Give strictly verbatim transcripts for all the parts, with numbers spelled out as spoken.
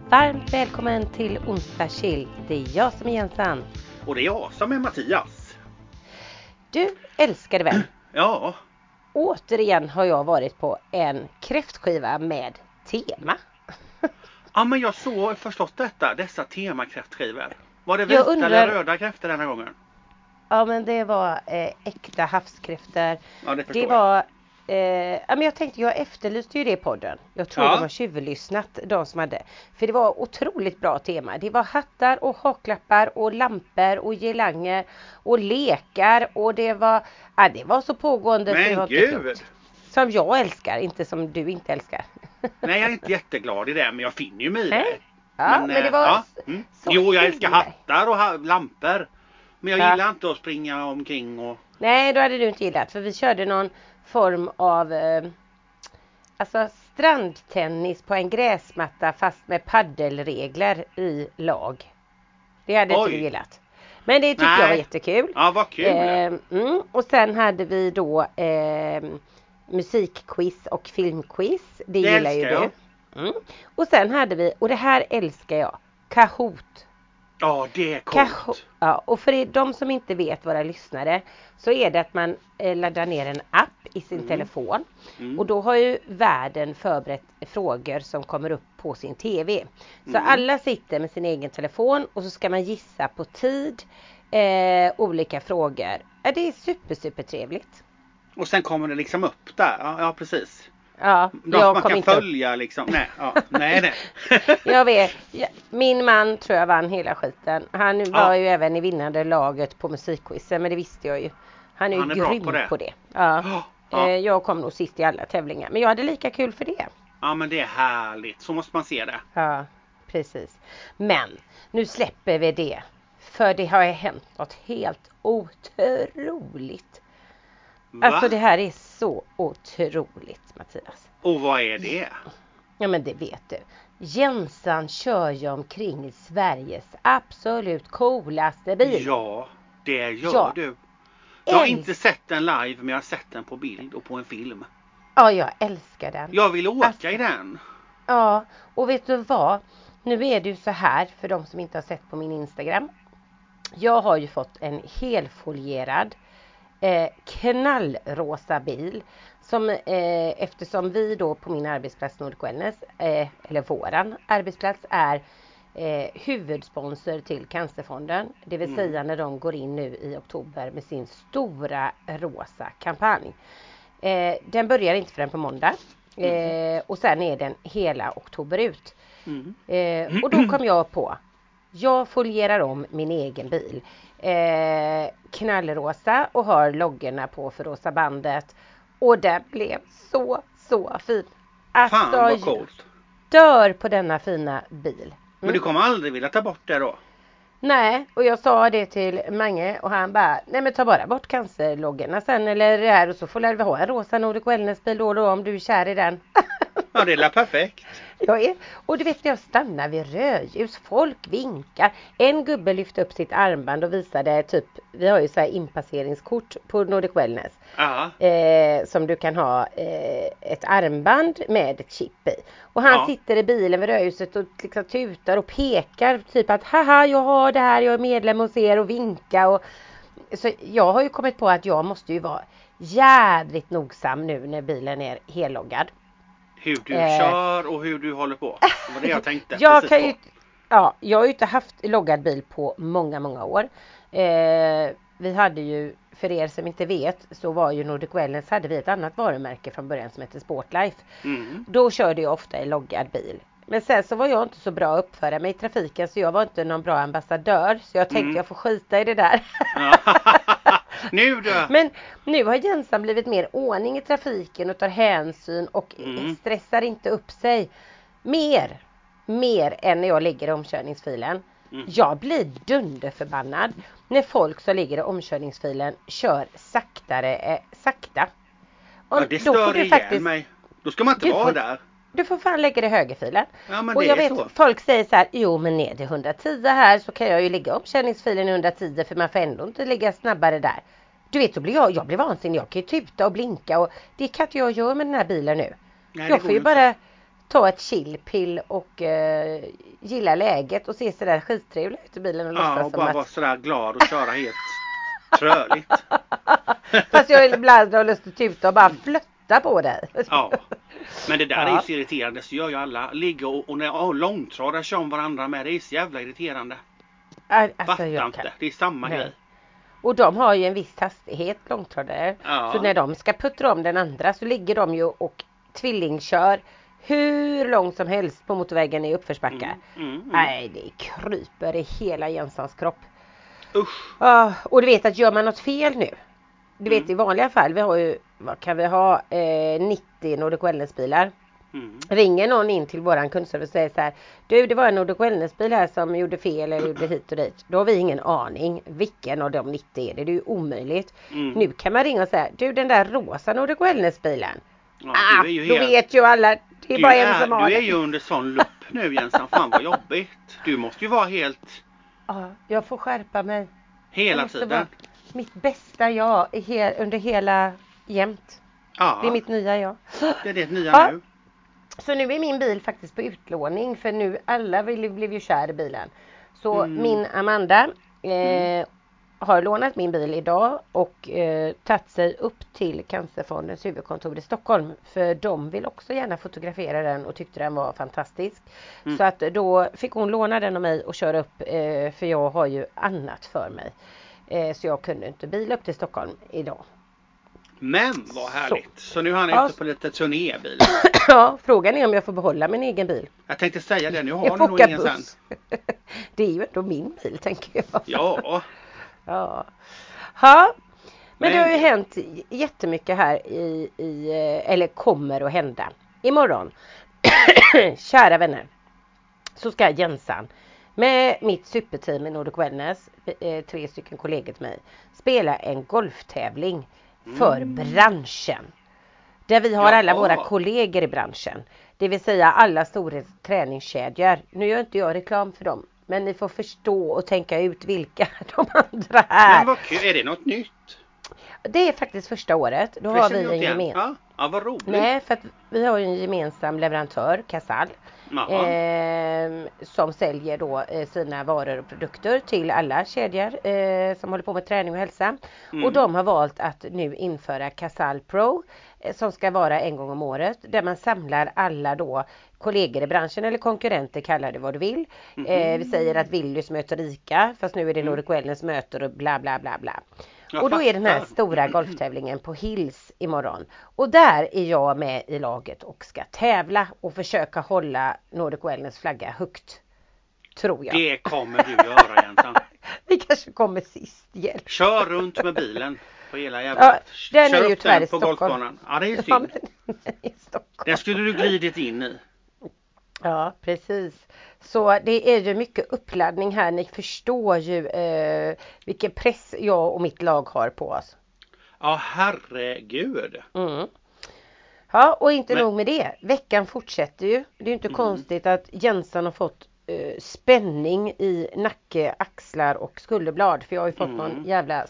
Varmt välkommen till Onsdag Chill. Det är jag som är Jensan. Och det är jag som är Mattias. Du älskar det väl? Ja. Återigen har jag varit på en kräftskiva med tema. Ja, men jag såg förstått detta. Dessa temakräftskivor. Var det Jag vita undrar- eller röda kräftor denna gången? Ja, men det var eh, äkta havskräftor. Ja, det förstår Det var... Eh, ja, men jag tänkte, jag efterlyste ju det i podden. Jag tror Ja. de har tjuvlyssnat, de som hade. För det var otroligt bra tema. Det var hattar och haklappar och lampor och girlanger och lekar. Och det var, ja, det var så pågående. Men så det var inte gud! klokt. Som jag älskar, inte som du inte älskar. Nej, jag är inte jätteglad i det, men jag finner ju mig i det. Nej. Ja, men, det eh, var ja. så, Mm. så Jo, jag kul älskar med. hattar och ha- lampor. Men jag Ja. gillar inte att springa omkring och... Nej, då hade du inte gillat. För vi körde någon form av eh, alltså strandtennis på en gräsmatta fast med paddelregler i lag. Det hade Oj. inte du gillat. Men det tyckte Nej. jag var jättekul. Ja, vad kul! Eh, mm, och sen hade vi då eh, musikquiz och filmquiz. Det, Det gillar ju älskar du. jag. Mm. Och sen hade vi, och det här älskar jag, Kahoot. Ja, det är coolt. Kaho- ja, och för er, de som inte vet, våra lyssnare, så är det att man eh, laddar ner en app i sin Mm. telefon. Mm. Och då har ju världen förberett frågor som kommer upp på sin tv. Så Mm. alla sitter med sin egen telefon och så ska man gissa på tid, eh, olika frågor. Ja, det är super, super trevligt. Och sen kommer det liksom upp där. Ja, ja precis. Ja, De, jag man kom kan inte upp. följa liksom. Nej, ja, nej, nej. Jag vet, ja, min man tror jag vann hela skiten. Han var Ja. ju även i vinnande laget på musikquizen, men det visste jag ju. Han är ju Han är bra grym på det. på det. Ja. Ja, ja. Eh, Jag kom nog sist i alla tävlingar, men jag hade lika kul för det. Ja, men det är härligt. Så måste man se det. Ja, precis. Men nu släpper vi det. För det har ju hänt något helt otroligt. Va? Alltså det här är så otroligt, Mattias. Och vad är det? Ja, men det vet du. Jensan kör ju omkring i Sveriges absolut coolaste bil. Ja, det gör Ja. du. Jag har Älsk- inte sett den live, men jag har sett den på bild och på en film. Ja, jag älskar den. Jag vill åka Alltså- i den. Ja, och vet du vad? Nu är det ju så här, för de som inte har sett på min Instagram. Jag har ju fått en helfolierad eh, knallrosa bil. Som eh, eftersom vi då på min arbetsplats Nordic Wellness, eh, eller våran arbetsplats, är eh, huvudsponsor till Cancerfonden. Det vill Mm. säga när de går in nu i oktober med sin stora rosa kampanj. Eh, den börjar inte förrän på måndag. Eh, och sen är den hela oktober ut. Mm. Eh, och då kom jag på, jag folierar om min egen bil. Eh, knallrosa och har loggorna på för rosa bandet. Och den blev så, så fin. Alltså, Fan vad jag coolt. dör på denna fina bil. Men du kommer aldrig vilja ta bort det då? Nej, och jag sa det till Mange och han bara, nej men ta bara bort cancerloggorna sen eller det här, och så får vi ha en rosa Nordic Wellness-bil då och då om du är kär i den. Ja, det är la perfekt. Jag är, och du vet, jag stannar vid rödljus, folk vinkar. En gubbe lyfte upp sitt armband och visade typ, vi har ju så här inpasseringskort på Nordic Wellness. Ja. Eh, som du kan ha eh, ett armband med ett chip i. Och han Ja. sitter i bilen vid rödljuset och liksom tutar och pekar typ att haha, jag har det här, jag är medlem hos er, och vinka. Och, så jag har ju kommit på att jag måste ju vara jädrigt nogsam nu när bilen är helloggad. Hur du Eh. kör och hur du håller på. Det var det jag tänkte Jag precis kan på. ju, ja, jag har ju inte haft loggad bil på många, många år. Eh, vi hade ju, för er som inte vet, så var ju Nordic Wellness, hade vi ett annat varumärke från början som heter Sportlife. Mm. Då körde jag ofta i loggad bil. Men sen så var jag inte så bra att uppföra mig i trafiken, så jag var inte någon bra ambassadör. Så jag tänkte Mm. jag får skita i det där. Ja. Nu då? Men nu har Jensan blivit mer ordning i trafiken och tar hänsyn och Mm. stressar inte upp sig. Mer, mer än när jag ligger i omkörningsfilen. Mm. Jag blir dunderförbannad när folk som ligger i omkörningsfilen kör saktare, eh, sakta. Om, Ja, det då får stör du ihjäl faktiskt, mig. Då ska man inte Du vara får- där. du får fan lägga dig i högerfilen. Ja, men Och det jag är vet, så. folk säger så här, jo men är det hundratio här så kan jag ju ligga i omkörningsfilen i hundratio, för man får ändå inte ligga snabbare där. Du vet, då blir jag, jag blir vansinnig. Jag kan ju tuta och blinka, och det kan inte jag göra med den här bilen nu. Nej, det jag går får ju inte. bara ta ett chillpill och uh, gilla läget och se sådär skittrevligt ut i bilen och Ja, låtsas och som bara att... vara sådär glad och köra helt tröligt. Fast jag ibland har lust att tuta och bara flötta på dig. Ja. Men det där Ja. är ju så irriterande, så gör ju alla. Ligger och, och, och långtradare kör om varandra med. Det är så jävla irriterande. Alltså, Fattar jag inte. kan. Det är samma Nej. grej. Och de har ju en viss hastighet, långtradare. Ja. Så när de ska puttra om den andra så ligger de ju och tvillingkör hur långt som helst på motorvägen i uppförsbackar. Mm, mm, mm. Nej, det kryper i hela Jensans kropp. Usch. Ja, och du vet att gör man något fel nu. Du vet Mm. i vanliga fall, vi har ju, vad kan vi ha, eh, nittio Nordic Wellness-bilar. Mm. Ringer någon in till våran kundservice och säger så här: du, det var en Nordic Wellness-bil här som gjorde fel eller gjorde hit och dit. Då har vi ingen aning vilken av de nittio är det. Det är ju omöjligt. Mm. Nu kan man ringa och säga: du, den där rosa Nordic Wellness-bilen. Ja, Ah, du är ju då helt... vet ju alla. Det är Du bara en är, som du har är det. ju under sån lupp nu, Jensan. Fan vad jobbigt. Du måste ju vara helt... Ja, jag får skärpa mig. Jag Hela måste tiden. vara mitt bästa jag i he- under hela jämt. Ja, Det är mitt nya jag. det är det nya Ja. nu. Så nu är min bil faktiskt på utlåning. För nu alla blev, blev ju kär i bilen. Så Mm. min Amanda eh, Mm. har lånat min bil idag. Och eh, tagit sig upp till Cancerfondens huvudkontor i Stockholm. För de vill också gärna fotografera den och tyckte den var fantastisk. Mm. Så att då fick hon låna den av mig och köra upp. Eh, för jag har ju annat för mig. Eh, så jag kunde inte bila upp till Stockholm idag. Men vad härligt. Så, så nu är han Ja. ute på lite turnébil. Ja, frågan är om jag får behålla min egen bil. Jag tänkte säga det. Nu har Jag du får nog åka ingen sen. buss. Det är ju ändå min bil, tänker jag. Ja. Ja. Ha. Men det Men- har ju hänt jättemycket här i, i eller kommer att hända. Imorgon, kära vänner, så ska Jensan med mitt superteam i Nordic Wellness, eh, tre stycken kollegor till mig, spela en golftävling för Mm. branschen. Där vi har alla Jaha. våra kollegor i branschen. Det vill säga alla stora träningskedjor. Nu gör inte jag reklam för dem. Men ni får förstå och tänka ut vilka de andra är. Men vad kul. Är det något nytt? Det är faktiskt första året. Då Det har känner vi jag en inte igen. gemensam. Ja, ja, vad roligt. Nej, för att vi har ju en gemensam leverantör, Casall. Jaha. Eh, som säljer då eh, sina varor och produkter till alla kedjor eh, som håller på med träning och hälsa. Mm. Och de har valt att nu införa Casall Pro eh, som ska vara en gång om året. Där man samlar alla då kollegor i branschen eller konkurrenter, kallar det vad du vill. Mhm. Eh, vi säger att Willys möter Ica, fast nu är det Mm. Nordic Wellness möter och bla bla bla bla. Jag Och då är den här fattar. stora golftävlingen på Hills imorgon. Och där är jag med i laget och ska tävla och försöka hålla Nordic Wellness flagga högt. Tror jag. Det kommer du göra, Jensan. Vi kanske kommer sist, hjälp. Kör runt med bilen på hela jävla... Ja, den Kör är ju upp tyvärr den i på Stockholm. golfbanan. Ja, det är Ja, synd. men, i Stockholm. Den skulle du glidit in i. Ja, precis. Så det är ju mycket uppladdning här. Ni förstår ju eh, vilken press jag och mitt lag har på oss. Ja, herregud. Mm. Ja, och inte Men- nog med det. Veckan fortsätter ju. Det är ju inte Mm. konstigt konstigt att Jensen har fått eh, spänning i nacke, axlar och skulderblad. För jag har ju fått Mm. någon jävla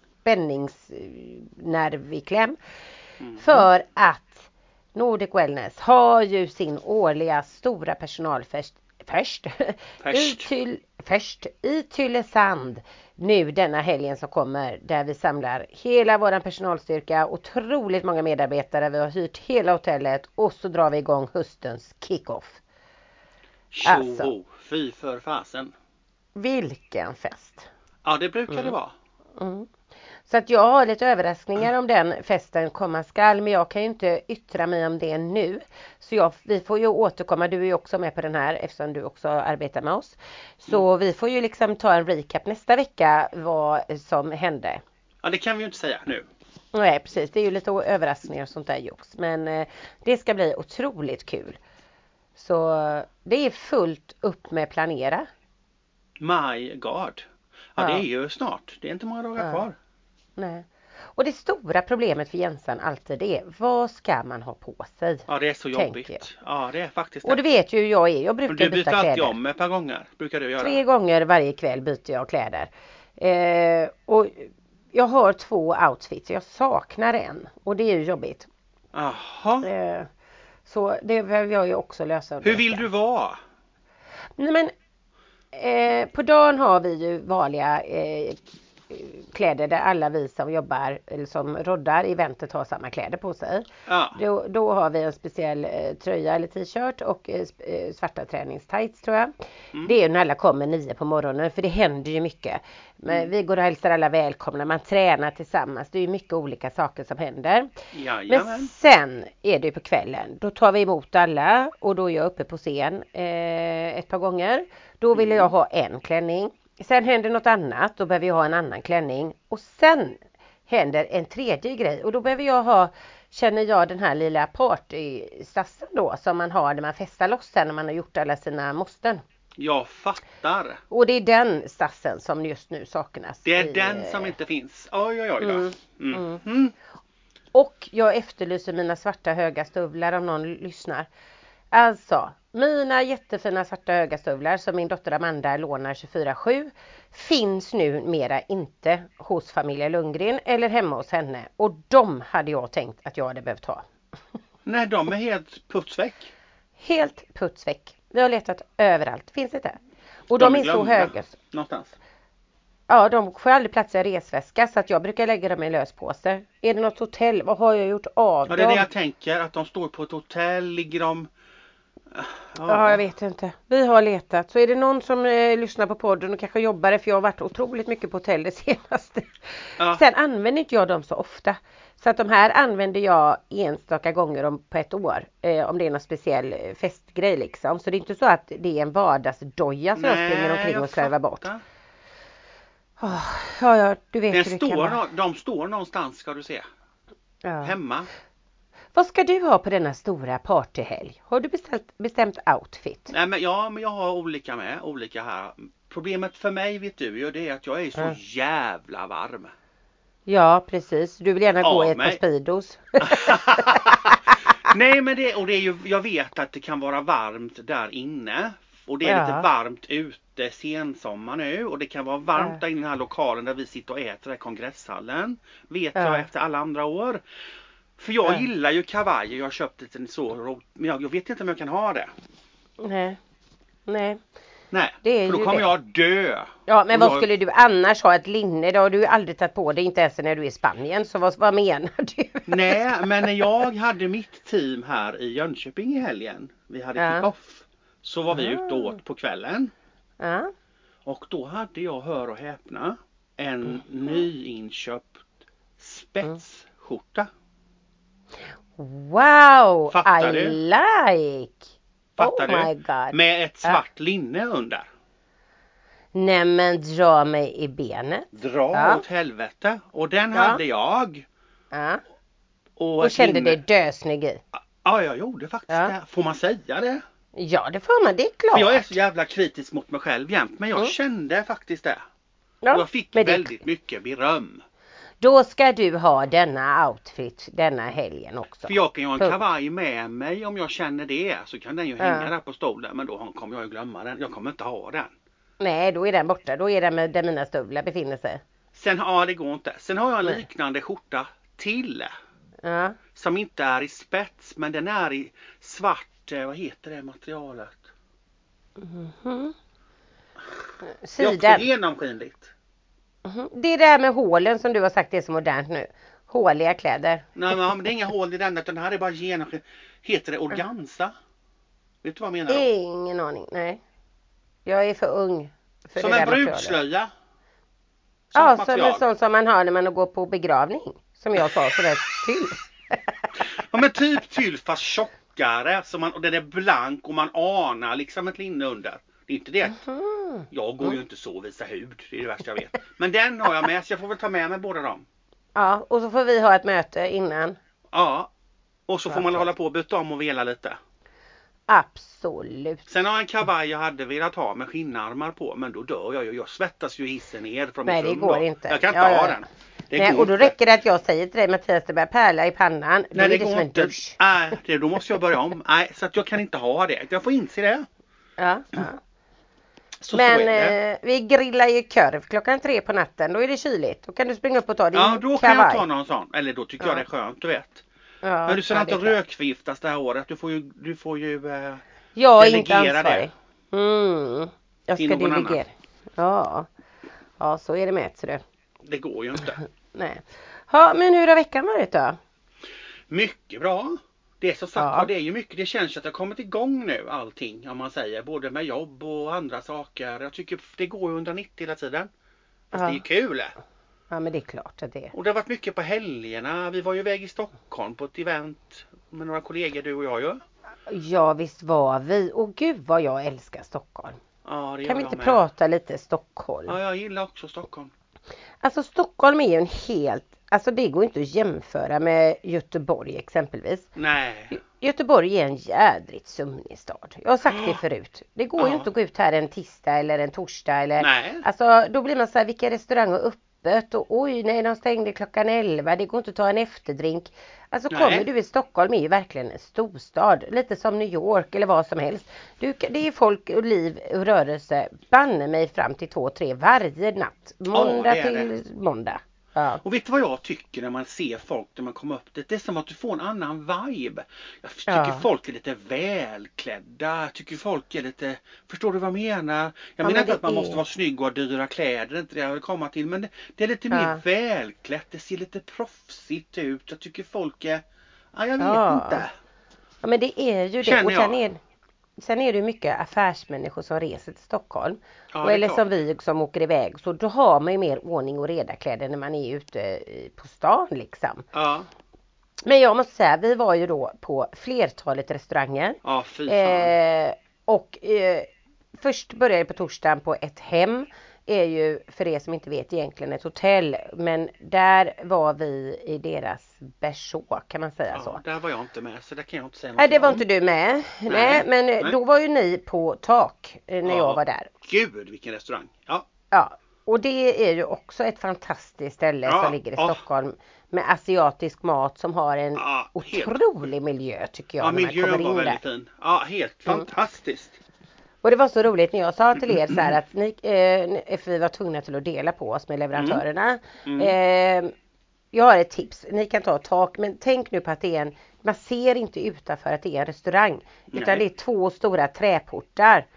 spänningsnerv i kläm. Mm. För att Nordic Wellness har ju sin årliga stora personalfest först, Först. I, Tyl, först i Tylösand nu denna helgen som kommer, där vi samlar hela våran personalstyrka, otroligt många medarbetare, vi har hyrt hela hotellet och så drar vi igång höstens kick-off. Tjo, Alltså. fy för fasen. Vilken fest! Ja, det brukar det vara. Mm. Så att jag har lite överraskningar om den festen komma skall, men jag kan ju inte yttra mig om det nu. Så jag, vi får ju återkomma, du är ju också med på den här eftersom du också arbetar med oss. Så Mm. vi får ju liksom ta en recap nästa vecka vad som hände. Ja, det kan vi ju inte säga nu. Nej, precis, det är ju lite överraskningar och sånt där jox. Men eh, det ska bli otroligt kul. Så det är fullt upp med planera. My God. Ja, Ja. det är ju snart. Det är inte många dagar Ja. kvar. Nej. Och det stora problemet för Jensan alltid är, vad ska man ha på sig? Ja, det är så Tänker jobbigt. jag. Ja, det är faktiskt Och det. du vet ju hur jag är, jag Men brukar du byta byter alltid kläder. om ett par gånger. Brukar du göra. Tre gånger varje kväll byter jag kläder. Eh, och jag har två outfits, jag saknar en. Och det är ju jobbigt. Jaha. Eh, Så det behöver jag ju också lösa. Hur vill du vara? Nej men eh, på dagen har vi ju vanliga eh, kläder där alla vi som jobbar eller som roddar eventet har samma kläder på sig. Ja. Då, då har vi en speciell eh, tröja eller t-shirt och eh, svarta träningstights tror jag. Mm. Det är ju när alla kommer nio på morgonen för det händer ju mycket. Men mm. Vi går och hälsar alla välkomna, man tränar tillsammans. Det är ju mycket olika saker som händer. Jajamän. Men sen är det ju på kvällen. Då tar vi emot alla och då är jag uppe på scen eh, ett par gånger. Då vill mm. jag ha en klänning. Sen händer något annat, då behöver jag ha en annan klänning. Och sen händer en tredje grej. Och då behöver jag ha, känner jag, den här lilla partystassen då. Som man har när man festar loss sen när man har gjort alla sina måsten. Jag fattar. Och det är den stassen som just nu saknas. Det är i, den som inte finns. Oj, oj, oj då. Mm, Mm. mm. Mm. Och jag efterlyser mina svarta höga stövlar om någon lyssnar. Alltså, mina jättefina svarta höga stövlar som min dotter Amanda lånar tjugofyra sju finns nu mera inte hos familjen Lundgren eller hemma hos henne. Och de hade jag tänkt att jag hade behövt ha. Nej, de är helt putsväck. Helt putsväck. Vi har letat överallt. Finns inte. Och de, de är, är så höga. Någonstans. Ja, de får aldrig plats i resväska så att jag brukar lägga dem i löspåse. Är det något hotell? Vad har jag gjort av ja, det är dem? det jag tänker. Att de står på ett hotell. Ligger de... Ja. ja, jag vet inte. Vi har letat. Så är det någon som eh, lyssnar på podden och kanske jobbar det, för jag har varit otroligt mycket på hotell det senaste. Ja. Sen använder inte jag dem så ofta. Så att de här använder jag enstaka gånger om, på ett år. Eh, om det är någon speciell festgrej liksom. Så det är inte så att det är en vardagsdoja som Nej, jag springer omkring och slarvar bort. Oh, ja, ja, du vet det står, det de står någonstans ska du se. Ja. Hemma. Vad ska du ha på denna stora partyhelg? Har du beställt, bestämt outfit? Nej, men ja, men jag har olika med. Olika här. Problemet för mig vet du ju det är att jag är så mm. jävla varm. Ja, precis. Du vill gärna gå i ett par speedos. Nej, men det, och det är ju, jag vet att det kan vara varmt där inne. Och det är ja. lite varmt ute sensommar nu. Och det kan vara varmt ja. där inne i den här lokalen där vi sitter och äter i kongresshallen. Vet ja. jag efter alla andra år. För jag ja. gillar ju kavajer. Jag har köpt lite så. Men jag, jag vet inte om jag kan ha det. Nej. Nej. Nej, det är för då kommer det. jag dö. Ja, men och vad jag... skulle du annars ha? Ett linne? Då har du aldrig tagit på det. Inte ens när du är i Spanien. Så vad, vad menar du? Nej, men när jag hade mitt team här i Jönköping i helgen. Vi hade ja. kick-off. Så var vi ute och åt på kvällen. Ja. Och då hade jag, hör och häpna, en mm. nyinköpt spetsskjorta. Wow, Fattar I du? like. Fattar oh du? My God. Med ett svart ja. linne under. Nej, men dra mig i benet. Dra ja. åt helvete. Och den ja. hade jag. Ja. Och, och kände linne... dig dösnygg i. Ja, jag gjorde faktiskt ja. det. Får man säga det? Ja, det får man. Det är klart. För jag är så jävla kritisk mot mig själv jämt. Men jag mm. kände faktiskt det. Ja. Och jag fick väldigt det... mycket beröm. Då ska du ha denna outfit denna helgen också. För jag kan ju ha en kavaj med mig om jag känner det. Så kan den ju hänga ja. där på stolen. Men då kommer jag ju glömma den. Jag kommer inte ha den. Nej, då är den borta. Då är den med där mina stövlar befinner sig. Sen, ja, det går inte. Sen har jag en liknande skjorta till. Ja. Som inte är i spets. Men den är i svart. Vad heter det materialet? Mm-hmm. Det är också genomskinligt. Mm-hmm. Det är det här med hålen som du har sagt är så modernt nu. Håliga kläder. Nej, men det är inga hål i den. Utan det här är bara genomskinligt. Heter det organza? Mm. Vet du vad jag menar då? Ingen aning, nej. Jag är för ung. För som det en brudslöja? Ja, som en sån som man har när man går på begravning. Som jag sa, så där tyll. Ja, men typ tyll fast tjockare. Så man, och den är blank och man anar liksom ett linne under. Det är inte det. Mm. Jag går ju inte så och visar hud. Det är det värsta jag vet. Men den har jag med så jag får väl ta med mig båda dem. Ja, och så får vi ha ett möte innan. Ja, och så får man hålla på och byta om och vela lite. Absolut. Sen har jag en kavaj jag hade velat ha med skinnarmar på. Men då dör jag ju. Jag svettas ju hissen ner från Nej, mitt det rum går då. inte. Jag kan inte ja, ha ja. den. Det Nej, och då inte. räcker det att jag säger till dig Mattias, det börjar pärla i pannan. Då Nej, det, är det går som inte. En dusch. Nej, det, då måste jag börja om. Nej, så att jag kan inte ha det. Jag får inse det. Ja, ja. Så Men så eh, vi grillar ju korv klockan tre på natten. Då är det kyligt. Då kan du springa upp och ta din Ja, då kavaj. kan jag ta någon sån. Eller då tycker ja. jag det är skönt, du vet. Ja, men du ska ja, inte det är klart. rökförgiftas det här året. Du får ju, du får ju eh, Jag är inte delegera ansvarig. det. Mm. Jag Till ska någon delegera. annan. Ja. Ja, så är det med, så det. Det går ju inte. Nej. Ja, men hur har veckan varit då? Mycket bra. Det är som sagt Ja. var, det är ju mycket, det känns att det har kommit igång nu allting, om man säger, både med jobb och andra saker. Jag tycker det går ju hundra nittio hela tiden. Fast Ja. det är ju kul. Ja, men det är klart att det är. Och det har varit mycket på helgerna. Vi var ju iväg i Stockholm på ett event med några kollegor, du och jag ju. Ja, visst var vi. Och gud vad jag älskar Stockholm. Ja, det gör Kan vi jag inte med. prata lite Stockholm? Ja, jag gillar också Stockholm. Alltså Stockholm är ju en helt, alltså det går inte att jämföra med Göteborg exempelvis. Nej. Gö- Göteborg är en jädrigt sömnig stad. Jag har sagt det förut. Det går ju Ja. inte att gå ut här en tisdag eller en torsdag eller, Nej. alltså då blir man så här, vilka restauranger är öppet och oj nej de stängde klockan elva, det går inte att ta en efterdrink. Alltså Nej. kommer du i Stockholm är ju verkligen en storstad, lite som New York eller vad som helst. Du, det är folk och liv och rörelse banne mig fram till två, tre varje natt. Måndag det är till måndag. Ja. Och vet du vad jag tycker när man ser folk när man kommer upp dit? Det är som att du får en annan vibe. Jag tycker Ja. folk är lite välklädda. Jag tycker folk är lite... Förstår du vad jag menar? Jag Ja, menar men inte att man det är- måste vara snygg och ha dyra kläder. Det är inte det jag vill komma till. Men det, det är lite mer Ja. välklätt. Det ser lite proffsigt ut. Jag tycker folk är... Ja, jag vet Ja. inte. Ja, men det är ju det. Känner Och sen jag. är, sen är det ju mycket affärsmänniskor som reser till Stockholm. Ja, och det är eller klart. som vi som åker iväg. Så då har man ju mer ordning och reda kläder när man är ute i- på stan liksom. Ja, Men jag måste säga, vi var ju då på flertalet restauranger. ja fy fan. Eh, och eh, först började jag på torsdagen på ett hem. Är ju för er som inte vet egentligen ett hotell. Men där var vi i deras berså, kan man säga så. Ja, där var jag inte med. Så där kan jag inte säga något Nej, det var om. inte du med. Nej, Nej, men nej. då var ju ni på tak eh, när Ja. jag var där. Gud, vilken restaurang. Ja. Ja, och det är ju också ett fantastiskt ställe Ja, som ligger i ja. Stockholm med asiatisk mat som har en Ja, helt. otrolig miljö tycker jag Ja, när man miljön kommer var in väldigt där. fin. Ja, helt fantastiskt. Och det var så roligt när jag sa till er så här att ni, eh, för vi var tvungna till att dela på oss med leverantörerna. Mm. Eh, jag har ett tips, ni kan ta tak, men tänk nu på att det är en, man ser inte utanför att det är en restaurang. Utan Nej. det är två stora träportar.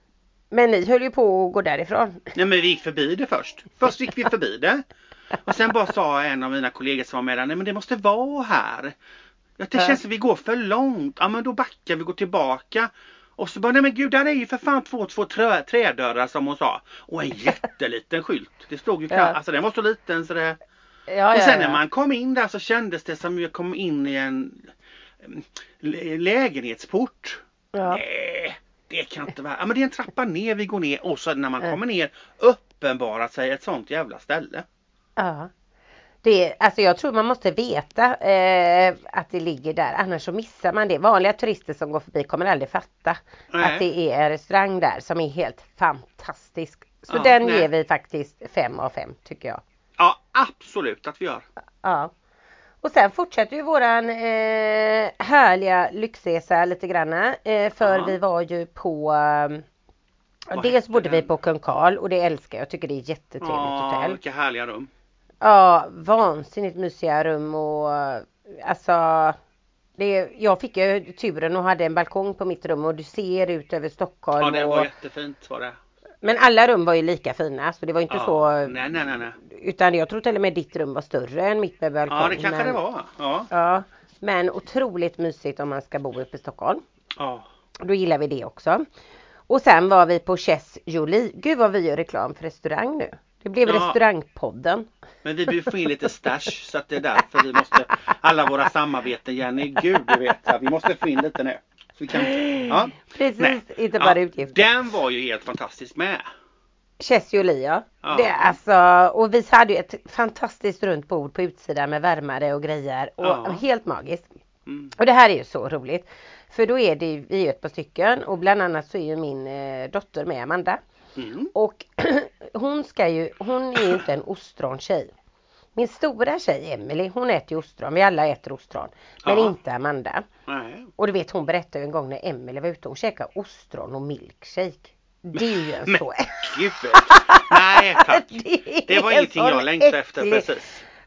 Men ni höll ju på att gå därifrån. Nej, men vi gick förbi det först. Först gick vi förbi det. Och sen bara sa en av mina kollegor som var med där, nej men det måste vara här. Ja, det Ja. känns som vi går för långt. Ja, men då backar vi, går tillbaka. Och så bara, nej men gud, där är ju för fan två, två trä, trädörrar som hon sa. Och en jätteliten skylt. Det stod ju, Ja. alltså den var så liten så det... Ja, Och ja, sen ja. när man kom in där så kändes det som vi kom in i en mm, lä- lägenhetsport. Ja. Nej, det kan inte vara. Ja, men det är en trappa ner, vi går ner. Och så när man Ja. kommer ner uppenbarar sig ett sånt jävla ställe. Ja. Det är, alltså jag tror man måste veta eh, att det ligger där. Annars så missar man det. Vanliga turister som går förbi kommer aldrig fatta Nej. att det är en restaurang där som är helt fantastisk. Så Ja, den nej. ger vi faktiskt fem av fem tycker jag. Ja, absolut att vi gör. Ja. Och sen fortsätter ju våran eh, härliga lyxresa lite granna. Eh, för Ja. vi var ju på... Eh, Vad dels hette bodde vi den? på Kung Karl och det älskar jag. Jag tycker det är ett jättetrevligt Ja, hotell. vilka härliga rum. Ja, vansinnigt mysiga rum och alltså det, jag fick ju turen och hade en balkong på mitt rum och du ser ut över Stockholm. Ja, det och, var jättefint var det. men alla rum var ju lika fina så det var inte Ja. så. Nej, nej, nej, nej. Utan jag tror till och med ditt rum var större än mitt med balkong. Ja, det kanske men, det var. Ja. Ja, men otroligt mysigt om man ska bo uppe i Stockholm. Ja. Då gillar vi det också. Och sen var vi på Chess Jolie. Gud vad vi gör reklam för restaurang nu. Det blev Ja. restaurangpodden. Men vi behöver få in lite stash så att det är därför vi måste, alla våra samarbeten, Jenny, gud du vet, så vi måste få in lite nu. Så vi kan, ja. Precis, Nej. inte bara Ja, utgifter. den var ju helt fantastisk med. Chess Jolie, ja. Ja. Det, är alltså, och vi hade ju ett fantastiskt runt bord på utsidan med värmare och grejer. Och Ja. helt magiskt. Mm. Och det här är ju så roligt. För då är det ju, vi är ju ett par stycken. Och bland annat så är ju min eh, dotter med, Amanda. Mm. Och hon ska ju, hon är ju inte en ostrontjej. Min stora tjej Emily, hon äter ju ostron. Vi alla äter ostron. Men Ja. inte Amanda. Nej. Och du vet, hon berättade ju en gång när Emily var ute. Hon käkade ostron och milkshake. Det är ju en Men så... gud. Nej tack. Det, Det var är ingenting en jag sån längtade efter äcklig- precis.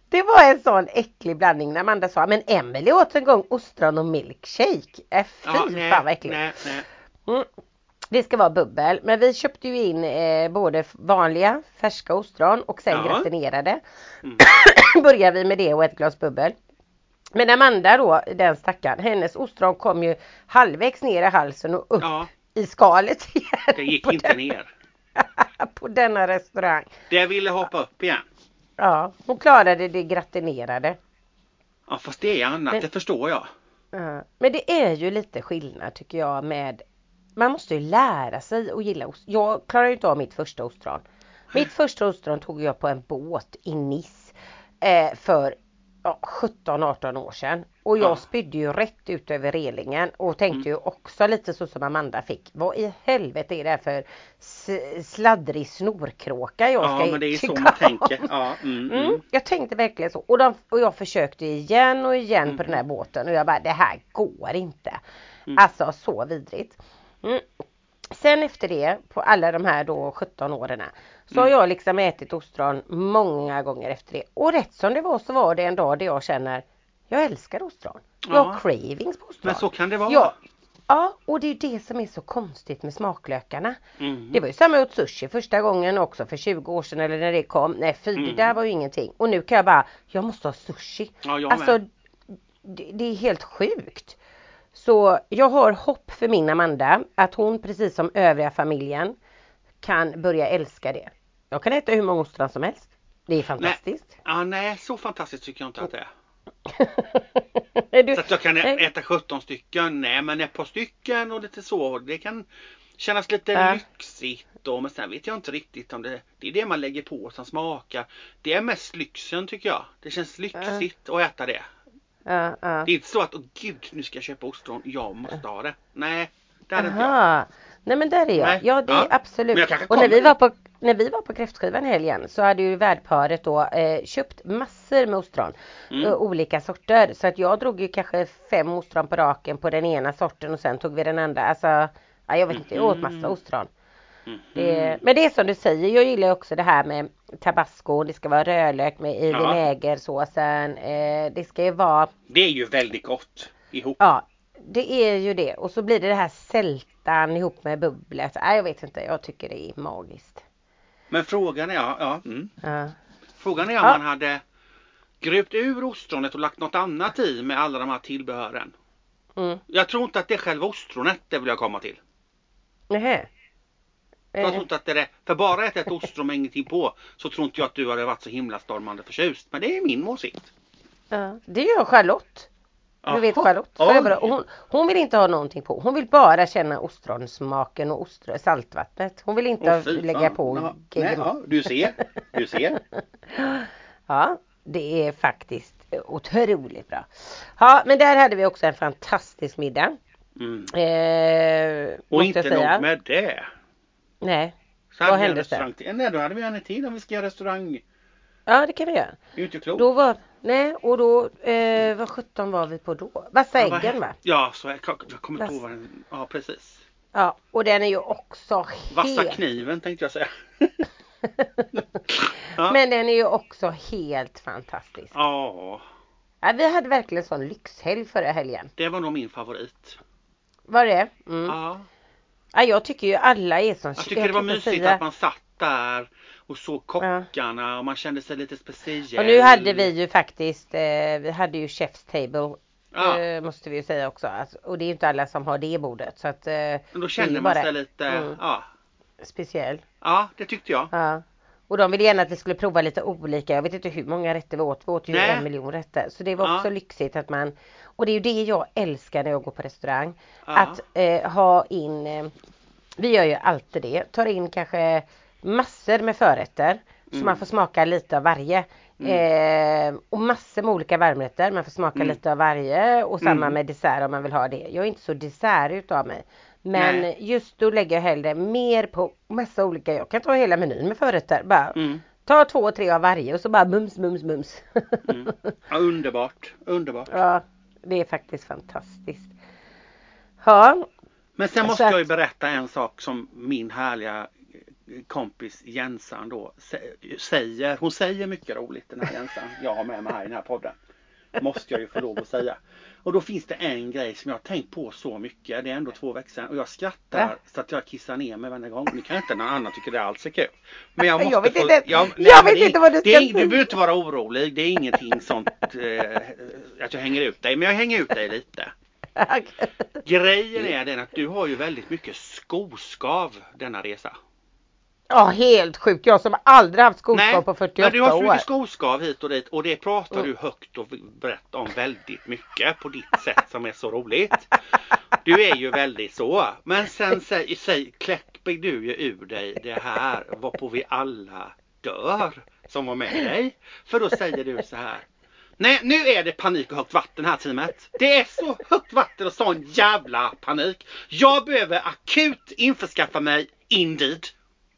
Det var en sån äcklig blandning när Amanda sa, men Emily åt en gång ostron och milkshake. Äh, fy Ja, nej, fan vad äckligt. nej, nej. Mm. Det ska vara bubbel. Men vi köpte ju in eh, både vanliga färska ostron och sen Ja. gratinerade. Mm. Börjar vi med det och ett glas bubbel. Men Amanda då, den stackaren, hennes ostron kom ju halvvägs ner i halsen och upp Ja, i skalet igen. det gick på inte den, ner. på denna restaurang. Det ville hoppa upp igen. Ja, hon klarade det gratinerade. Ja, fast det är annat, Men- det förstår jag. Ja, men det är ju lite skillnad tycker jag med, man måste ju lära sig att gilla ost. Jag klarar ju inte av mitt första ostron. Mitt första ostron tog jag på en båt i Nice eh, för ja, sjutton arton år sedan. Och jag Ja. spydde ju rätt ut över relingen och tänkte Mm. ju också lite så som Amanda fick. Vad i helvete är det här för s- sladdrig snorkråka jag ska Ja, men det är så tycka man om? tänker. Ja, mm, Mm, mm. jag tänkte verkligen så. Och, de, och jag försökte igen och igen Mm. på den här båten. Och jag bara, det här går inte. Mm. Alltså så vidrigt. Mm. Sen efter det, på alla de här då sjutton åren, så har Mm. jag liksom ätit ostron många gånger efter det. Och rätt som det var så var det en dag där jag känner, jag älskar ostron. Jag har Ja. cravings på ostron. Men så kan det vara. Ja, ja, och det är det som är så konstigt med smaklökarna. Mm. Det var ju samma åt sushi första gången också för tjugo år sedan eller när det kom. Nej fy, Mm. det där var ju ingenting. Och nu kan jag bara, jag måste ha sushi. Ja, jag Alltså med. det, det är helt sjukt. Så jag har hopp för min Amanda att hon precis som övriga familjen kan börja älska det. Jag kan äta hur många ostron som helst. Det är fantastiskt. Ja, nej, så fantastiskt tycker jag inte att det är. Är du, Så att jag kan ä- Nej. äta sjutton stycken. Nej, men ett par stycken och lite så. Det kan kännas lite Ja. lyxigt då. Men sen vet jag inte riktigt om det, det är det man lägger på som smakar. Det är mest lyxen tycker jag. Det känns lyxigt att äta det. ja, ja. Det är inte så att, åh gud, nu ska jag köpa ostron. Jag måste ha det. Nej, där är inte jag. Aha. Nej men där är jag. Nej. Ja det är Ja. absolut. Men jag kanske Och när vi kommer var på när vi var på kräftskivan helgen så hade ju värdparet då eh, köpt massor med ostron. Mm. Eh, olika sorter. Så att jag drog ju kanske fem ostron på raken på den ena sorten och sen tog vi den andra. Alltså, ja, jag vet inte, jag åt massa ostron. Mhm. Det, men det är som du säger, jag gillar också det här med tabasco. Det ska vara rödlök med i Ja. vinägersåsen. Eh, det ska ju vara, Det är ju väldigt gott ihop. ja, det är ju det. Och så blir det det här sältan ihop med bubblet. Nej, jag vet inte, jag tycker det är magiskt. Men frågan är, ja, ja, mm. Ja. Frågan är om Ja. man hade gröpt ur ostronet och lagt något annat i med alla de här tillbehören. Mm. Jag tror inte att det är själva ostronet det vill jag komma till. Nähä. Jag tror Eh, inte att det är det. För bara äta ett ostron med ingenting på så tror inte jag att du hade varit så himla stormande förtjust. Men det är min åsikt. ja. Det gör Charlotte. Du vet Jaha. Charlotte. Oj. Farbror. Och Hon, hon vill inte ha någonting på. Hon vill bara känna ostronsmaken och ostron, saltvattnet. Hon vill inte Åh, fy lägga fan. på Ja, gegg- nej, ja, du ser. Du ser. Ja, det är faktiskt otroligt bra. Ja, men där hade vi också en fantastisk middag. Mm. Eh, Och måste inte jag säga. nog med det. Nej. Så Vad hade vi en hände restaurang till. Nej, då hade vi en tid om vi ska göra restaurang. Ja, det kan vi göra. Det är ju inte klokt. Då var, nej, och då, eh, vad sjutton var vi på då? Vassa Ja, vad äggen he- va? Ja, så jag, jag kommer inte Vass- ihåg vad den... Ja, precis. Ja, och den är ju också Vassa helt... kniven tänkte jag säga. Ja. Men den är ju också helt fantastisk. Ja, Ja, vi hade verkligen sån lyxhelg förra helgen. det var nog min favorit. Var det? Mm. Ja. Ja, jag tycker ju alla är som... Jag tycker det var kan inte mysigt säga- att man satt där och såg kockarna och man kände sig lite speciell. Och nu hade vi ju faktiskt, eh, vi hade ju chef's table. Ja. Eh, måste vi ju säga också. Alltså, och det är ju inte alla som har det bordet. Så att, eh, Men då det är känner ju man bara sig lite, Mm. ja. speciell. Ja, det tyckte jag. Ja. Och de ville gärna att vi skulle prova lite olika. Jag vet inte hur många rätter vi åt. Vi åt ju Nej. en miljon rätter. Så det var Ja. också lyxigt att man... Och det är ju det jag älskar när jag går på restaurang. Ja. Att eh, ha in... Eh, vi gör ju alltid det. Tar in kanske massor med förrätter. Så Mm. man får smaka lite av varje. Eh, och massor med olika varmrätter. Man får smaka Mm. lite av varje. Och samma Mm. med dessert om man vill ha det. Jag är inte så dessert utav mig. Men Nej. just då lägger jag hellre mer på massa olika. Jag kan ta hela menyn med förrätter. Bara Mm. ta två, tre av varje och så bara mums, mums, mums. Mm. Ja, underbart, underbart. Ja, det är faktiskt fantastiskt. Ja, Men sen Så måste att- jag ju berätta en sak som min härliga kompis Jensan då säger, hon säger mycket roligt, den här Jensan jag har med mig här i den här podden. Måste jag ju få lov att säga. Och då finns det en grej som jag har tänkt på så mycket. Det är ändå två veckor sedan. Och jag skrattar ja. så att jag kissar ner mig varje gång. Nu kan inte någon annan tycka det alls är kul. Men jag måste jag vet få... inte, jag, nej, jag vet det, inte vad du ska det är, säga. Du behöver inte vara orolig. Det är ingenting sånt eh, att jag hänger ut dig. Men jag hänger ut dig lite. Okay. Grejen är den att du har ju väldigt mycket skoskav denna resa. Ja, helt sjukt. Jag som aldrig haft skoskav Nej, på fyrtioåtta år. Men du har så mycket skoskav hit och dit. Och det pratar mm. du högt och brett om väldigt mycket på ditt sätt som är så roligt. Du är ju väldigt så. Men sen säg, säg, kläcker du ju ur dig det här varpå vi alla dör som var med dig. För då säger du så här. Nej, nu är det panik och högt vatten här teamet. Det är så högt vatten och sån jävla panik. Jag behöver akut införskaffa mig Indeed.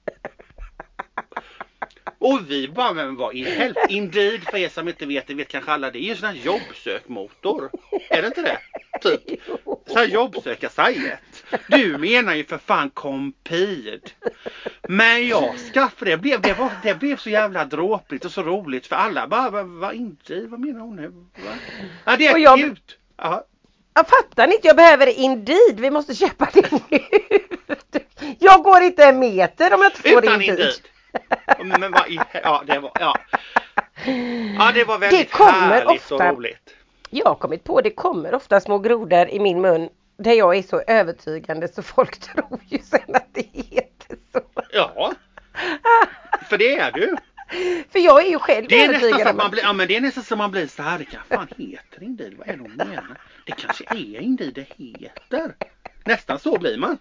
Och vi bara, men vad i helvete? Indeed, för er som inte vet, det vet kanske alla, det är ju en sån här jobbsökmotor. Är det inte det? Typ. Så här jobbsökarsajt. Du menar ju för fan Compid. Men jag skaffade det. Blev, det, var, det blev så jävla dråpligt och så roligt för alla. Bara, vad, vad Indeed? Vad menar hon nu? Va? Ja, det är och jag, cute. Aha. Jag fattar inte, jag behöver Indeed. Vi måste köpa det nu. Jag går inte en meter om jag inte får Utan Indeed. Indeed. Men vad i, ja, det var, ja. Ja, det var väldigt det härligt ofta, och roligt. Jag har kommit på, det kommer ofta små grodor i min mun där jag är så övertygande så folk tror ju sen att det heter så. Ja, för det är du. För jag är ju själv det är övertygad. Nästan man blir, ja, men det är nästan som man blir så här, det kan fan heter Indeed, vad är det hon menar? Det kanske är Indeed det heter. Nästan så blir man.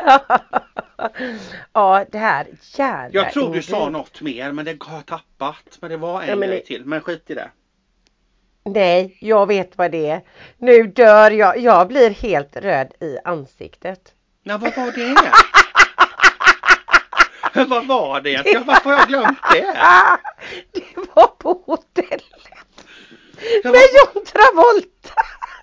Ja, det här jävla Jag tror du Indeed. sa något mer, men det har jag tappat. Men det var en ja, grej det... till, men skit i det. Nej, jag vet vad det är. Nu dör jag. Jag blir helt röd i ansiktet. Ja, vad var det? Vad var det? Ja, varför har jag glömt det? Det var på hotellet. Ja, med John Travolta.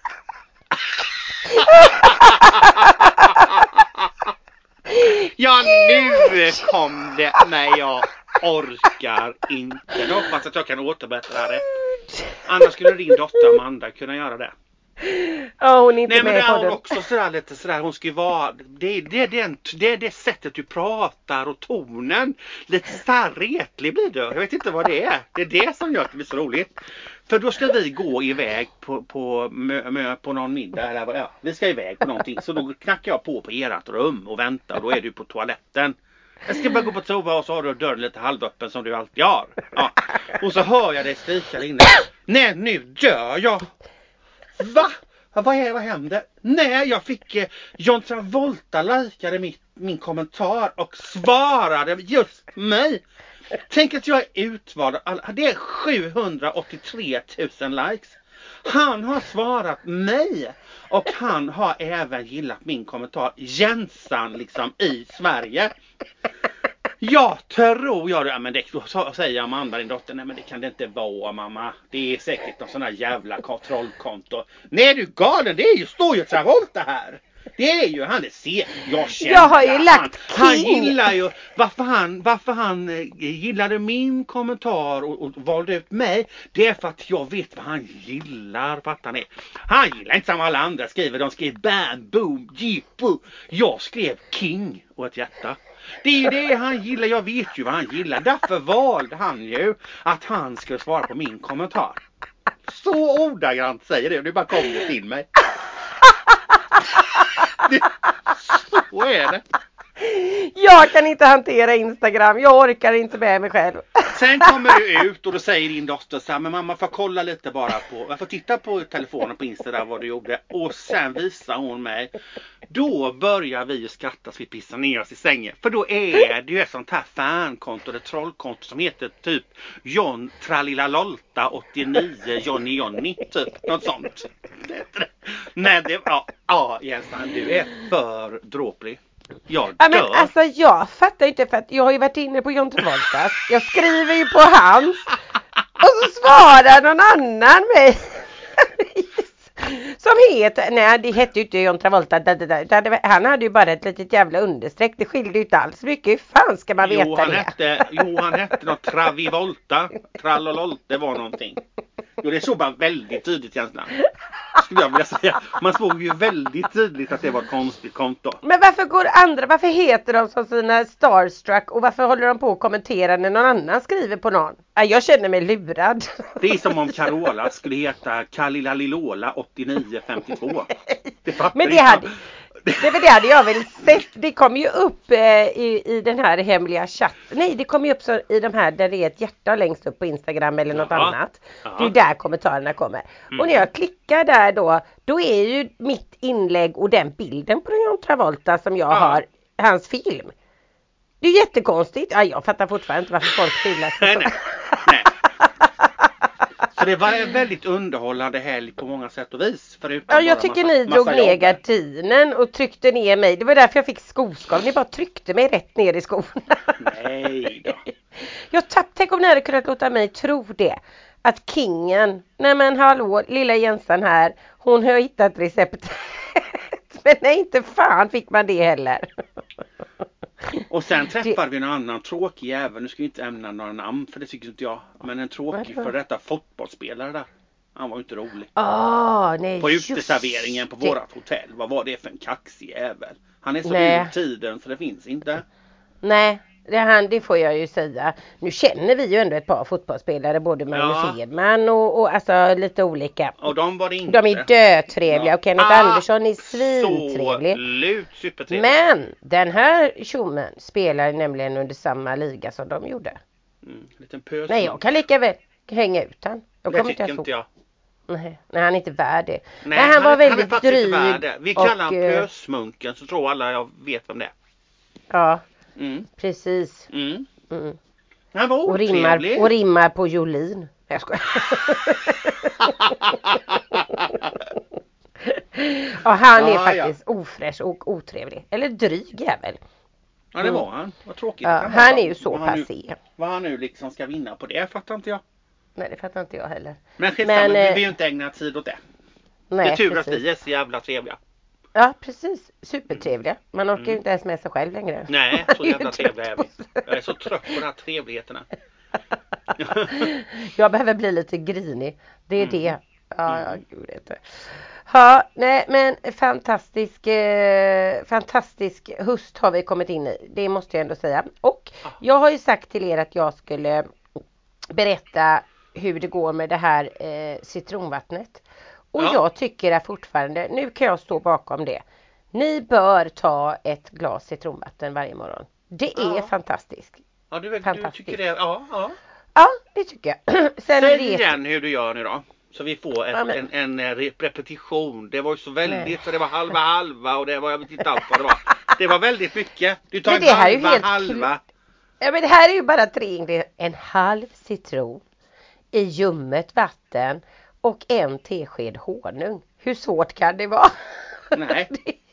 Ja, nu kom det. Nej, jag orkar inte. Jag hoppas att jag kan återberätta det här. Annars skulle din dotter Amanda kunna göra det. Ja, hon är inte Nej, med men det är på hon den. också sådär lite sådär. Hon ska ju vara, det, det, det, det är det sättet du pratar och tonen. Lite såhär retlig blir du. Jag vet inte vad det är. Det är det som gör att det blir så roligt. För då ska vi gå iväg på, på, mö, mö, på någon middag. Eller, ja, vi ska iväg på någonting. Så då knackar jag på på ert rum och väntar. Och då är du på toaletten. Jag ska bara gå på toa och så har du dörren lite halvöppen som du alltid har. Ja. Och så hör jag dig skrika inne. Nej, nu dör jag. Va? Vad är vad händer? Nej, jag fick eh, John Travolta likade mitt, min kommentar och svarade just mig. Tänk att jag är utvald. Det är sjuhundraåttiotre tusen likes. Han har svarat mig och han har även gillat min kommentar. Jensan liksom i Sverige. Jag tror jag, ja, men det så säger Amanda, din dotter, nej men det kan det inte vara mamma. Det är säkert någon sån här jävla kontrollkonto. Nej, du galen, det är ju, står ju Travolta här. Det är ju, han är se, jag känner jag har ju lagt han, King. Han gillar ju, varför han, varför han eh, gillade min kommentar och, och valde ut mig. Det är för att jag vet vad han gillar, fattar ni? Han gillar inte som alla andra skriver, de skriver bam, boom, jippo. Jag skrev King och ett hjärta. Det är ju det han gillar, jag vet ju vad han gillar. Därför valde han ju att han skulle svara på min kommentar. Så ordagrant säger det, och det bara kom det till mig. Det, så är det. Jag kan inte hantera Instagram, jag orkar inte med mig själv. Sen kommer du ut och då säger din dotter så här, men mamma får kolla lite bara på, jag får titta på telefonen på Insta där vad du gjorde. Och sen visar hon mig. Då börjar vi skratta så vi pissar ner oss i sängen. För då är det ju ett sånt här fankonto, ett trollkonto som heter typ John Tralilalolta åttionio Johnny Johnny typ, något sånt. Nej, det ja, ja Jensan, du är för dråplig. Jag ja, men alltså jag fattar inte, för att jag har ju varit inne på John Travolta. Jag skriver ju på hans och så svarar någon annan mig som heter, nej det hette ju inte John Travolta, det, det, det, det, han hade ju bara ett litet jävla understreck, det skilde ju inte alls mycket, hur fan ska man jo, veta han det? Hette, jo han hette något Travivolta, Trallololte var någonting. Jo det såg man väldigt tydligt egentligen. Skulle jag vilja säga. Man såg ju väldigt tydligt att det var ett konstigt konto. Men varför går andra, varför heter de som sina Starstruck och varför håller de på att kommentera när någon annan skriver på någon? Jag känner mig lurad. Det är som om Carola skulle heta Kalilalilola åttionio femtiotvå. Det Men det hade, det, det hade jag väl sett. Det kom ju upp eh, i, i den här hemliga chatten. Nej, det kom ju upp så i de här där det är ett hjärta längst upp på Instagram eller något ja, annat. ja. Det är där kommentarerna kommer. Mm. Och när jag klickar där då, då är ju mitt inlägg och den bilden på John Travolta som jag ja. har, hans film. Det är jättekonstigt. Ja, jag fattar fortfarande inte varför folk filar sig så. Nej, nej. Så det var en väldigt underhållande helg på många sätt och vis. Ja, jag tycker massa, ni drog ner gardinen och tryckte ner mig. Det var därför jag fick skoskav. Ni bara tryckte mig rätt ner i skorna. Nej då. Jag tapp, tänk om ni hade kunnat låta mig tro det. Att kingen, nej men hallå, lilla Jensan här, hon har hittat receptet. Men nej, inte fan fick man det heller. Och sen träffade vi en annan tråkig jävel. Nu ska vi inte ämna några namn för det tycker inte jag. Men en tråkig för detta fotbollsspelare där. Han var ju inte rolig. Oh, nej, på uteserveringen på det. Vårat hotell. Vad var det för en kaxig jävel? Han är så nej. ur tiden så det finns inte. Nej, det, han, det får jag ju säga. Nu känner vi ju ändå ett par fotbollsspelare. Både Magnus ja. Hedman och, och alltså lite olika. Och de var det inte. De är dötrevliga. Ja. Och Kenneth ah, Andersson är svintrevlig. Absolut supertrevlig. Men den här tjommen spelar nämligen under samma liga som de gjorde. Mm, liten pös. Nej, jag kan lika väl hänga ut han. Jag det tycker inte jag. Nej, nej, han är inte värd det. Nej, nej han, han var är, väldigt han är dryg. Inte värd det. Vi kallar han pösmunken så tror alla jag vet vem det är. Ja, mm. precis. Mm. Mm. Han var och rimmar, och rimmar på Jolin. Jag skojar. Och han är ja, faktiskt ja. ofräsch och otrevlig. Eller dryg jävel. Ja, det var han. Vad tråkigt. Ja, han, han är ju så vad passé. Nu, vad han nu liksom ska vinna på det fattar inte jag. Nej, det fattar inte jag heller. Men skitsamma, vi vill ju inte ägna tid åt det. Nej, det är tur precis. att vi är så jävla trevliga. Ja, precis. Supertrevliga. Man orkar ju mm. inte ens med sig själv längre. Nej, så jävla trevliga är vi. Jag är så trött på de här trevligheterna. Jag behöver bli lite grinig. Det är mm. det. Ja, mm. jag gud inte. Ja, nej, men fantastisk eh, fantastisk höst har vi kommit in i. Det måste jag ändå säga. Och jag har ju sagt till er att jag skulle berätta hur det går med det här eh, citronvattnet. Och ja. jag tycker att fortfarande, nu kan jag stå bakom det. Ni bör ta ett glas citronvatten varje morgon. Det ja. är fantastiskt. Ja, du, du tycker det? Ja, ja. Ja, det tycker jag. Sen Säg det... igen hur du gör nu då. Så vi får ett, ja, men... en, en repetition. Det var ju så väldigt, för det var halva halva och det var, jag vet inte allt vad det var. Det var väldigt mycket. Du tar men en halva helt... halva. Ja, men det här är ju bara tre ingredienser. En halv citron i ljummet vatten och en tesked honung. Hur svårt kan det vara? Nej.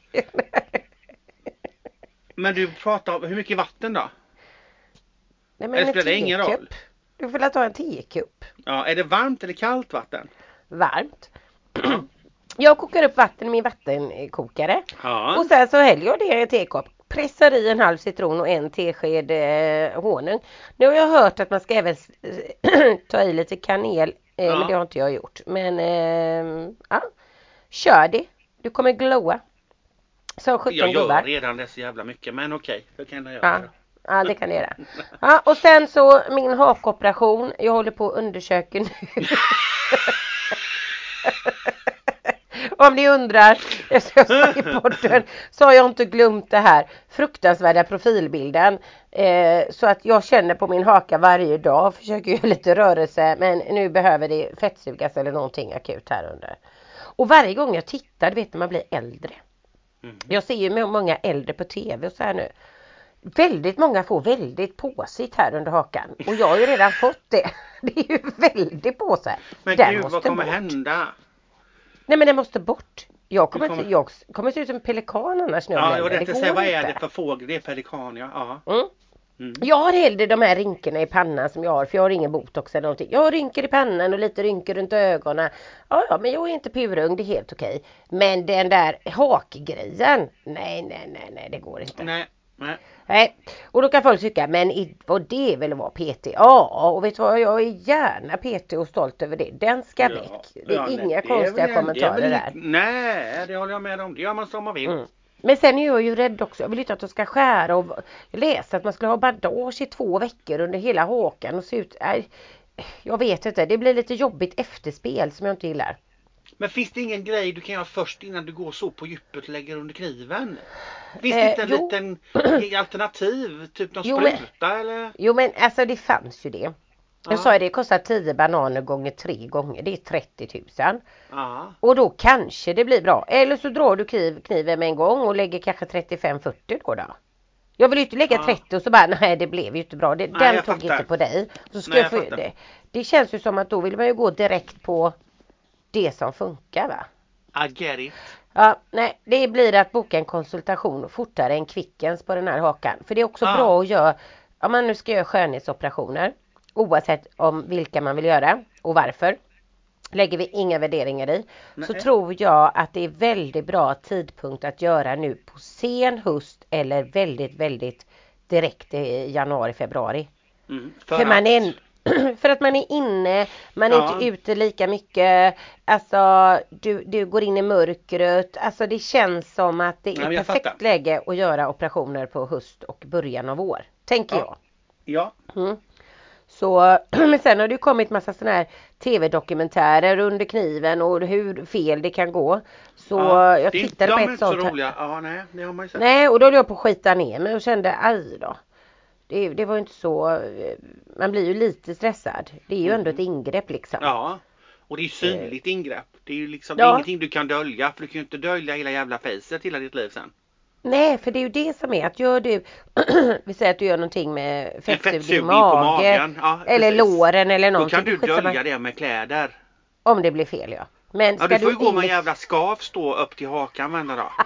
Men du pratar om hur mycket vatten då? Nej, men eller spelar det ingen roll? Du får ta en tekupp. Ja, är det varmt eller kallt vatten? Varmt. Ja. Jag kokar upp vatten i min vattenkokare. Ja. Och sen så häller jag det i en tekopp. Pressar i en halv citron och en tesked eh, honung. Nu har jag hört att man ska även ta i lite kanel. Eh, ja. Men det har inte jag gjort. Men eh, ja, kör det. Du kommer glowa. Så sjutton jag gör gubbar. redan det så jävla mycket. Men okej, det kan jag göra. Ja. Ja, det kan det göra. Ja, och sen så min hakoperation. Jag håller på att undersöka nu. Om ni undrar, jag ska säga i podden, så har jag inte glömt det här fruktansvärda profilbilden. Eh, så att jag känner på min haka varje dag. Försöker göra lite rörelse. Men nu behöver det fettsugas eller någonting akut här under. Och varje gång jag tittar, du vet när man blir äldre. Mm. Jag ser ju många äldre på tv och så här nu. Väldigt många får väldigt påsitt här under hakan. Och jag har ju redan fått det. Det är ju väldigt påse. Men den gud, vad kommer bort. hända? Nej, men det måste bort. Jag kommer, kommer... Inte, jag kommer se ut som en pelikan annars nu. Ja, jag vet inte säga vad är det för fågel. Det är pelikan, ja. ja. Mm. Mm. Jag har hellre de här rynkorna i pannan som jag har, för jag har ingen botox eller någonting. Jag har rynkor i pannan och lite rynkor runt ögonen. Ja, ja, men jag är inte purung, det är helt okej. Men den där hakgrejen, nej, nej, nej, nej, det går inte. Nej, nej. Nej, och då kan folk tycka, men i, vad det vill vara P T? Ja, och vet du vad, jag är gärna P T och stolt över det. Den ska Ja, väck. Det är ja, nej, inga det är konstiga väl- kommentarer det är väl där. inget- Nej, det håller jag med om. Det gör man som man vill. Mm. Men sen är jag ju rädd också. Jag vill inte att de ska skära och jag läste att man skulle ha bandage i två veckor under hela hakan och se ut. Nej, jag vet inte. Det blir lite jobbigt efterspel som jag inte gillar. Men finns det ingen grej du kan göra först innan du går så på djupet och lägger under kniven? Finns det Eh, inte en jo. liten alternativ? Typ någon Jo, men- spruta eller? Jo, men alltså det fanns ju det. Ja. Jag sa ju det kostar tio bananer gånger tre gånger. Det är trettio tusen. Ja. Och då kanske det blir bra. Eller så drar du kniv, kniven med en gång och lägger kanske trettiofem fyrtio då då. Jag vill ju inte lägga Ja. trettio och så bara nej det blev ju inte bra. Det, Nej, den jag tog fattar. inte på dig. Så ska Nej, jag jag få, fattar. det, det känns ju som att då vill man ju gå direkt på det som funkar va. I get it. Ja, nej, det blir att boka en konsultation fortare än kvickens på den här hakan. För det är också Ja. bra att göra, om man nu ska göra skönhetsoperationer, oavsett om vilka man vill göra och varför, lägger vi inga värderingar i, så Nej. tror jag att det är väldigt bra tidpunkt att göra nu på sen höst eller väldigt, väldigt direkt i januari, februari. Mm, För, för, man att, är en, för att man är inne, man är Ja. inte ute lika mycket, alltså du, du går in i mörkret, alltså det känns som att det är Ja, men jag perfekt fattar. läge att göra operationer på höst och början av år, tänker Ja. Ja. jag. Mm. Så, men sen har det ju kommit massa sådana här tv-dokumentärer under kniven och hur fel det kan gå. Så Ja, jag det är- tittade de på är ett inte så sånt här. roliga. Ja, nej, det har man ju sett. Nej, och då höll jag på att skita ner mig och kände, aj då. Det, det var ju inte så, eh, man blir ju lite stressad. Det är ju ändå ett ingrepp liksom. Ja, och det är ju synligt ingrepp. Det är ju liksom Ja. det är ingenting du kan dölja. För du kan ju inte dölja hela jävla facet hela ditt liv sen. Nej, för det är ju det som är att gör du, vi säger att du gör någonting med fettsugning i fettsugning på mage, magen, ja, eller precis. låren eller Då någonting. kan du skitsamma. dölja det med kläder. Om det blir fel, ja. Men Ja, ska du får ju gå in med i- en jävla skav stå upp till hakan varenda dag.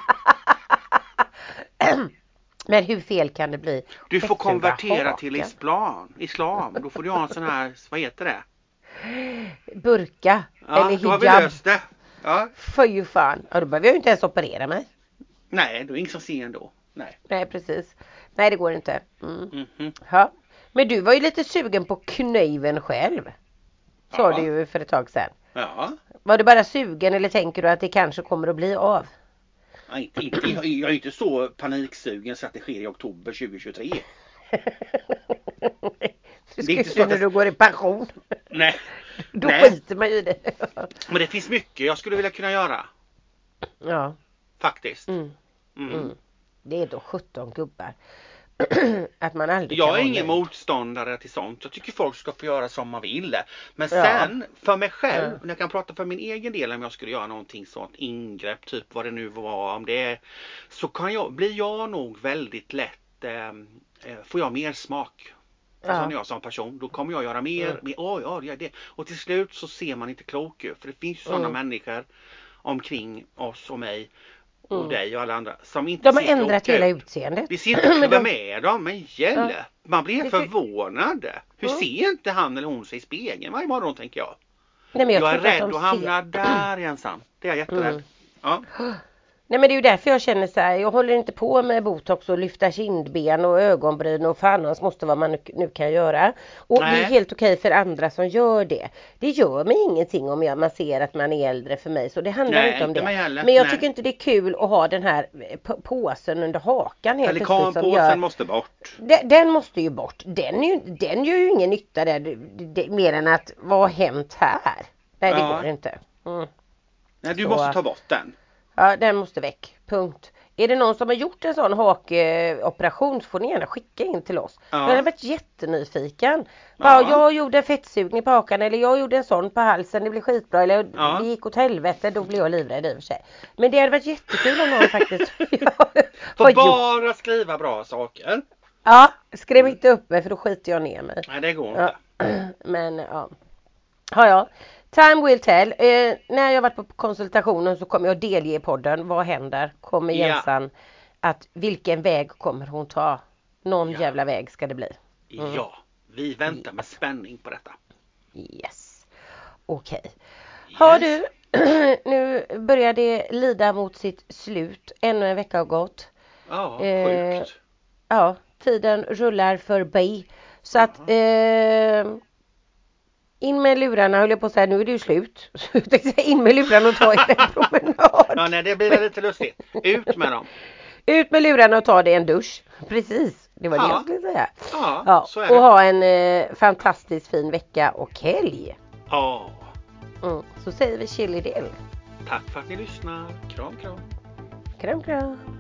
Men hur fel kan det bli? Du får Fettsuga konvertera till haken. islam. Islam. Då får du ha en sån här, vad heter det? Burka Ja, eller då har vi hijab. löst det. Ja. Fy fan. Ja, då behöver jag ju inte ens operera mig. Nej, då är ingen som ser ändå. Nej. Nej, precis. Nej, det går inte. Mm. Mhm. Ja. Men du var ju lite sugen på kniven själv. Sa Ja. du ju för ett tag sedan. Ja. Var du bara sugen eller tänker du att det kanske kommer att bli av? Ja, inte, inte, jag jag är inte så paniksugen så att det sker i oktober tjugohundratjugotre. Du Det är inte ska så ju att när det- du går i pension. Nej. Då Nej. skiter man ju i det. Men det finns mycket jag skulle vilja kunna göra. Ja. Faktiskt. Mm. Mm. Mm. Det är då sjutton gubbar. Att man aldrig Jag kan är vara ingen nöjd. motståndare till sånt. Jag tycker folk ska få göra som man vill. Men Ja. sen, för mig själv, Ja. när jag kan prata för min egen del om jag skulle göra någonting sånt, ingrepp, typ vad det nu var, om det är, så kan jag, blir jag nog väldigt lätt, eh, eh, får jag mer smak. Ja. Sån är jag som person. Då kommer jag göra mer, Mm. mer oj, ja, det är det. Och till slut så ser man inte klok ut. För det finns ju sådana Mm. människor omkring oss och mig och Mm. dig och alla andra som inte De har ser ändrat kloka hela ut. utseendet. Vi ser inte Men klubba de- med dem, men hjälp. Ja. Man blir Det är för- förvånad. Hur Mm. ser inte han eller hon sig i spegeln varje morgon, tänker jag. Nej, men jag, Jag, är tror inte rädd att att de hamna ser... där ensam. Det är jag jätterädd. Mm. Ja. Nej, men det är ju därför jag känner så här. Jag håller inte på med botox och lyfta kindben och ögonbryn och fan hans måste vad man nu, nu kan göra. Och Nej. det är helt okej för andra som gör det. Det gör mig ingenting om jag, man ser att man är äldre för mig. Så det handlar Nej, inte om inte det. mig heller. Men jag Nej. tycker inte det är kul att ha den här p- påsen under hakan helt plötsligt som Pelikanpåsen gör... måste bort. Den, den måste ju bort. Den, är ju, den gör ju ingen nytta där. Det, det, mer än att vad har hänt här? Nej, det Ja. går inte. Mm. Nej, du Så- måste ta bort den. Ja, den måste väck. Punkt. Är det någon som har gjort en sån hakoperation så får ni gärna skicka in till oss. Ja. Jag hade varit jättenyfiken. Bara, Ja. jag gjorde en fettsugning på hakan eller jag gjorde en sån på halsen. Det blev skitbra. Eller Ja. det gick åt helvete. Då blev jag livrädd i och för sig. Men det hade varit jättekul om någon faktiskt Får har gjort. bara skriva bra saker. Ja, skräm inte upp mig för då skiter jag ner mig. Nej, det går inte. Ja. Men ja. Ja, ja. Time will tell. Eh, när jag varit på konsultationen så kommer jag delge i podden. Vad händer? Kommer Ja. Jensan att vilken väg kommer hon ta? Någon Ja. jävla väg ska det bli. Mm. Ja, vi väntar med spänning på detta. Yes. Okej. Yes. Har du, nu börjar det lida mot sitt slut. Ännu en vecka har gått. Ja, Eh, sjukt. Ja, tiden rullar förbi. Så att eh, in med lurarna, höll jag på att säga, nu är det ju slut. Så jag tänkte säga, in med lurarna och ta er en promenad. Ja, nej, det blir lite lustigt. Ut med dem. Ut med lurarna och ta dig en dusch. Precis, det var Ja. det jag skulle säga. Ja, Ja, så är och det. ha en eh, fantastiskt fin vecka och helg. Ja. Mm, så säger vi chili del. Tack för att ni lyssnar. Kram, kram. Kram, kram.